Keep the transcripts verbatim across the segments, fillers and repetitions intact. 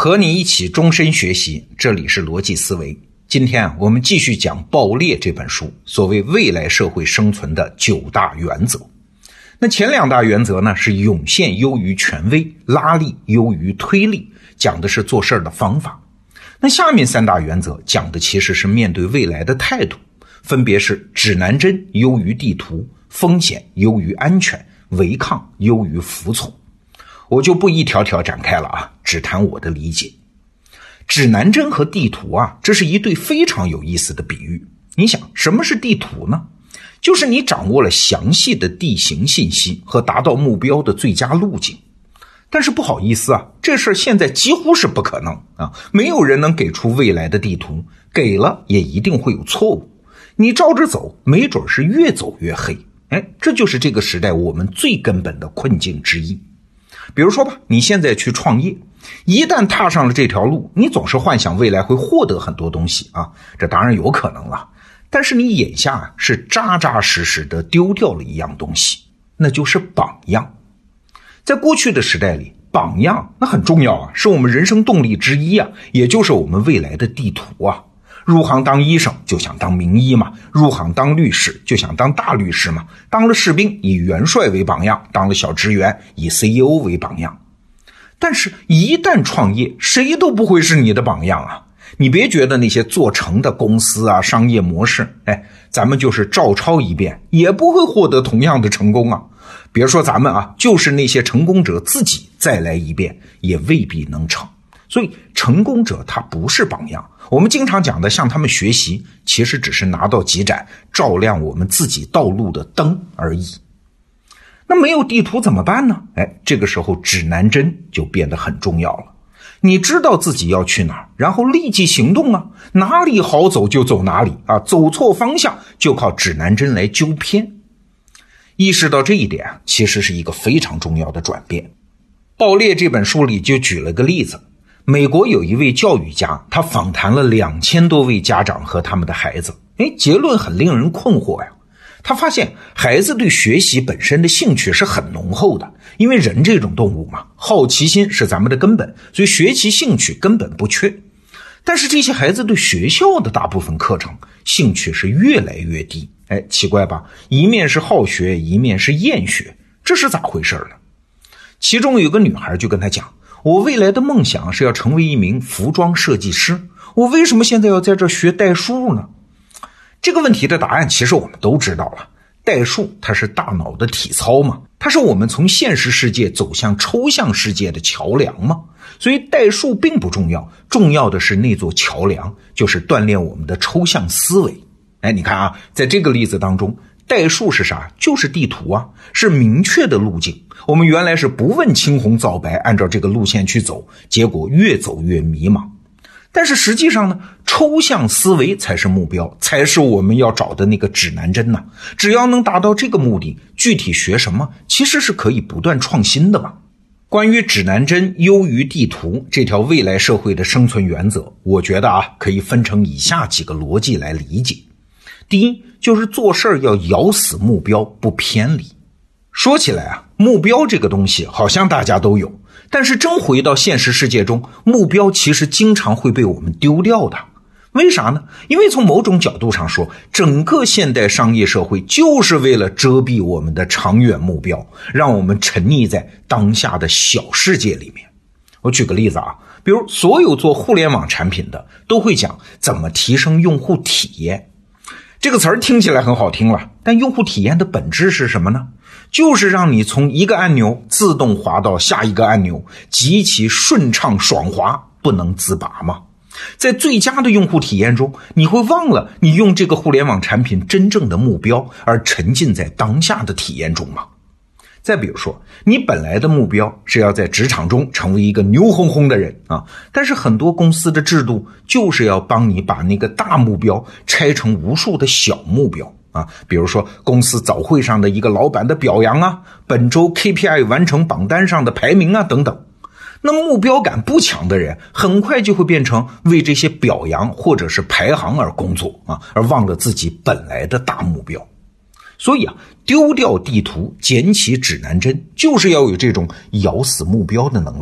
和你一起终身学习，这里是逻辑思维。今天啊，我们继续讲《爆裂》这本书，所谓未来社会生存的九大原则。那前两大原则呢，是涌现优于权威，拉力优于推力，讲的是做事的方法。那下面三大原则讲的其实是面对未来的态度，分别是指南针优于地图，风险优于安全，违抗优于服从。我就不一条条展开了啊，只谈我的理解。指南针和地图啊，这是一对非常有意思的比喻。你想，什么是地图呢？就是你掌握了详细的地形信息和达到目标的最佳路径。但是不好意思啊，这事儿现在几乎是不可能啊，没有人能给出未来的地图，给了也一定会有错误。你照着走，没准是越走越黑。哎，这就是这个时代我们最根本的困境之一。比如说吧，你现在去创业，一旦踏上了这条路，你总是幻想未来会获得很多东西啊，这当然有可能了。但是你眼下是扎扎实实的丢掉了一样东西，那就是榜样。在过去的时代里，榜样那很重要啊，是我们人生动力之一啊，也就是我们未来的地图啊。入行当医生就想当名医嘛，入行当律师就想当大律师嘛，当了士兵以元帅为榜样，当了小职员以 C E O 为榜样。但是一旦创业，谁都不会是你的榜样啊。你别觉得那些做成的公司啊，商业模式，哎，咱们就是照抄一遍，也不会获得同样的成功啊。别说咱们啊，就是那些成功者自己再来一遍，也未必能成。所以成功者他不是榜样，我们经常讲的向他们学习，其实只是拿到几盏照亮我们自己道路的灯而已。那没有地图怎么办呢？哎，这个时候指南针就变得很重要了。你知道自己要去哪儿，然后立即行动啊，哪里好走就走哪里啊，走错方向就靠指南针来纠偏。意识到这一点啊，其实是一个非常重要的转变。《爆裂》这本书里就举了个例子，美国有一位教育家，他访谈了两千多位家长和他们的孩子，诶，结论很令人困惑呀。他发现孩子对学习本身的兴趣是很浓厚的，因为人这种动物嘛，好奇心是咱们的根本，所以学习兴趣根本不缺。但是这些孩子对学校的大部分课程兴趣是越来越低。哎，奇怪吧，一面是好学，一面是厌学，这是咋回事呢？其中有个女孩就跟他讲，我未来的梦想是要成为一名服装设计师，我为什么现在要在这学代数呢？这个问题的答案其实我们都知道了，代数它是大脑的体操嘛，它是我们从现实世界走向抽象世界的桥梁嘛，所以代数并不重要，重要的是那座桥梁，就是锻炼我们的抽象思维。哎，你看啊，在这个例子当中，代数是啥？就是地图啊，是明确的路径。我们原来是不问青红皂白，按照这个路线去走，结果越走越迷茫。但是实际上呢，抽象思维才是目标，才是我们要找的那个指南针呢。只要能达到这个目的，具体学什么其实是可以不断创新的嘛。关于指南针优于地图这条未来社会的生存原则，我觉得啊，可以分成以下几个逻辑来理解。第一，就是做事要咬死目标，不偏离。说起来啊，目标这个东西好像大家都有，但是真回到现实世界中，目标其实经常会被我们丢掉的。为啥呢？因为从某种角度上说，整个现代商业社会就是为了遮蔽我们的长远目标，让我们沉溺在当下的小世界里面。我举个例子啊，比如所有做互联网产品的都会讲怎么提升用户体验。这个词儿听起来很好听了，但用户体验的本质是什么呢？就是让你从一个按钮自动滑到下一个按钮，极其顺畅爽滑，不能自拔嘛。在最佳的用户体验中，你会忘了你用这个互联网产品真正的目标，而沉浸在当下的体验中吗？再比如说，你本来的目标是要在职场中成为一个牛哄哄的人啊，但是很多公司的制度就是要帮你把那个大目标拆成无数的小目标啊，比如说公司早会上的一个老板的表扬啊，本周 K P I 完成榜单上的排名啊等等。那目标感不强的人，很快就会变成为这些表扬或者是排行而工作啊，而忘了自己本来的大目标。所以啊，丢掉地图，捡起指南针，就是要有这种咬死目标的能力啊，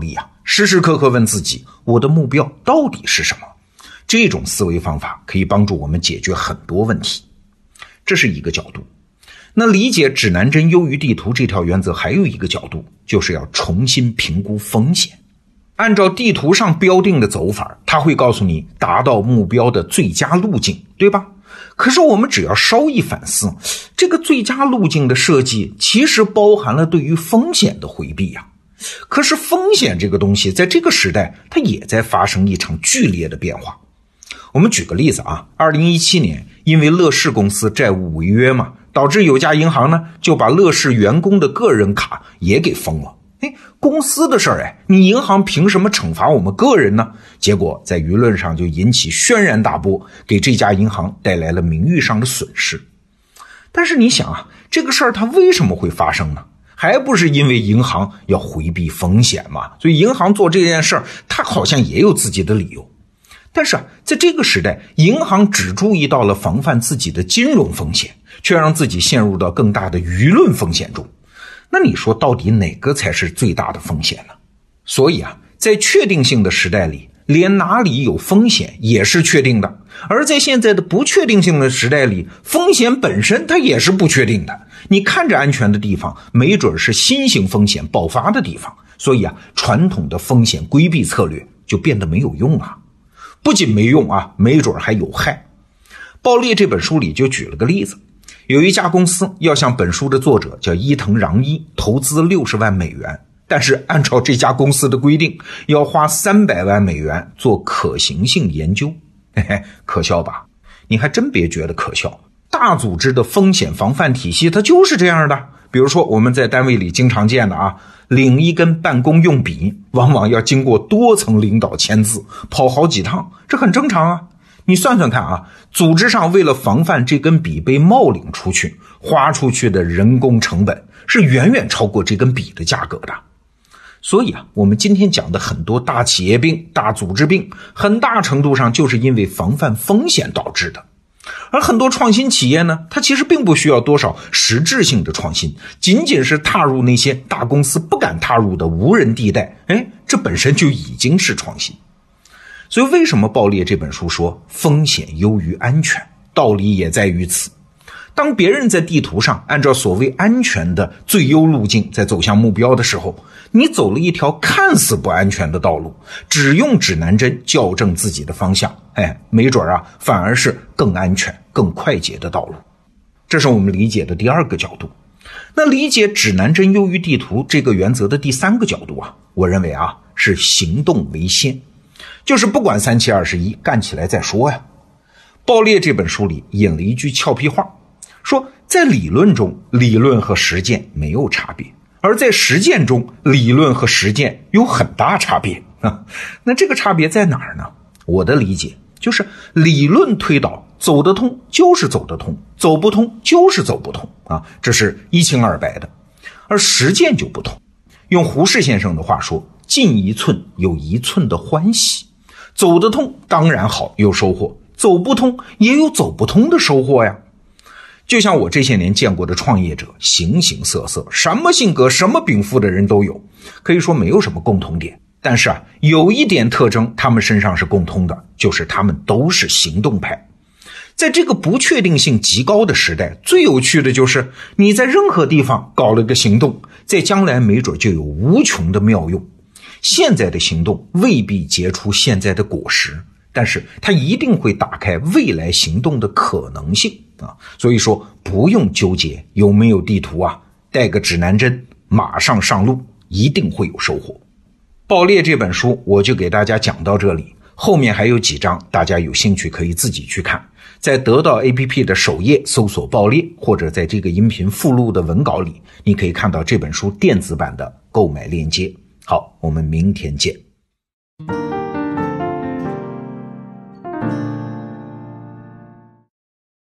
时时刻刻问自己，我的目标到底是什么？这种思维方法可以帮助我们解决很多问题。这是一个角度。那理解指南针优于地图这条原则还有一个角度，就是要重新评估风险。按照地图上标定的走法，它会告诉你达到目标的最佳路径，对吧？可是我们只要稍一反思，这个最佳路径的设计其实包含了对于风险的回避呀。可是风险这个东西在这个时代它也在发生一场剧烈的变化。我们举个例子啊，二零一七年因为乐视公司债务违约嘛，导致有家银行呢就把乐视员工的个人卡也给封了。哎，公司的事儿哎，你银行凭什么惩罚我们个人呢？结果在舆论上就引起轩然大波，给这家银行带来了名誉上的损失。但是你想啊，这个事儿它为什么会发生呢？还不是因为银行要回避风险嘛？所以银行做这件事儿，它好像也有自己的理由。但是啊，在这个时代，银行只注意到了防范自己的金融风险，却让自己陷入到更大的舆论风险中。那你说到底哪个才是最大的风险呢？所以啊，在确定性的时代里，连哪里有风险也是确定的。而在现在的不确定性的时代里，风险本身它也是不确定的。你看着安全的地方，没准是新型风险爆发的地方。所以啊，传统的风险规避策略就变得没有用了。不仅没用啊，没准还有害。爆裂这本书里就举了个例子，有一家公司要向本书的作者叫伊藤穰一投资六十万美元，但是按照这家公司的规定，要花三百万美元做可行性研究。嘿嘿，可笑吧？你还真别觉得可笑。大组织的风险防范体系它就是这样的。比如说我们在单位里经常见的啊，领一根办公用笔，往往要经过多层领导签字，跑好几趟，这很正常啊。你算算看啊，组织上为了防范这根笔被冒领出去，花出去的人工成本是远远超过这根笔的价格的。所以啊，我们今天讲的很多大企业病、大组织病，很大程度上就是因为防范风险导致的。而很多创新企业呢，它其实并不需要多少实质性的创新，仅仅是踏入那些大公司不敢踏入的无人地带，哎，这本身就已经是创新。所以为什么爆裂这本书说风险优于安全，道理也在于此。当别人在地图上按照所谓安全的最优路径在走向目标的时候，你走了一条看似不安全的道路，只用指南针校正自己的方向，哎，没准啊，反而是更安全、更快捷的道路。这是我们理解的第二个角度。那理解指南针优于地图这个原则的第三个角度啊，我认为啊，是行动为先，就是不管三七二十一，干起来再说呀。爆裂这本书里引了一句俏皮话，说在理论中，理论和实践没有差别，而在实践中，理论和实践有很大差别啊。那这个差别在哪儿呢？我的理解就是理论推导走得通就是走得通，走不通就是走不通啊，这是一清二白的。而实践就不同，用胡适先生的话说，进一寸有一寸的欢喜，走得通当然好，有收获，走不通也有走不通的收获呀。就像我这些年见过的创业者，形形色色，什么性格什么禀赋的人都有，可以说没有什么共同点。但是啊，有一点特征他们身上是共通的，就是他们都是行动派。在这个不确定性极高的时代，最有趣的就是你在任何地方搞了个行动，在将来没准就有无穷的妙用。现在的行动未必结出现在的果实，但是它一定会打开未来行动的可能性啊！所以说不用纠结有没有地图啊，带个指南针马上上路，一定会有收获。爆裂这本书我就给大家讲到这里，后面还有几章大家有兴趣可以自己去看，在得到 A P P 的首页搜索爆裂，或者在这个音频附录的文稿里，你可以看到这本书电子版的购买链接。好，我们明天见。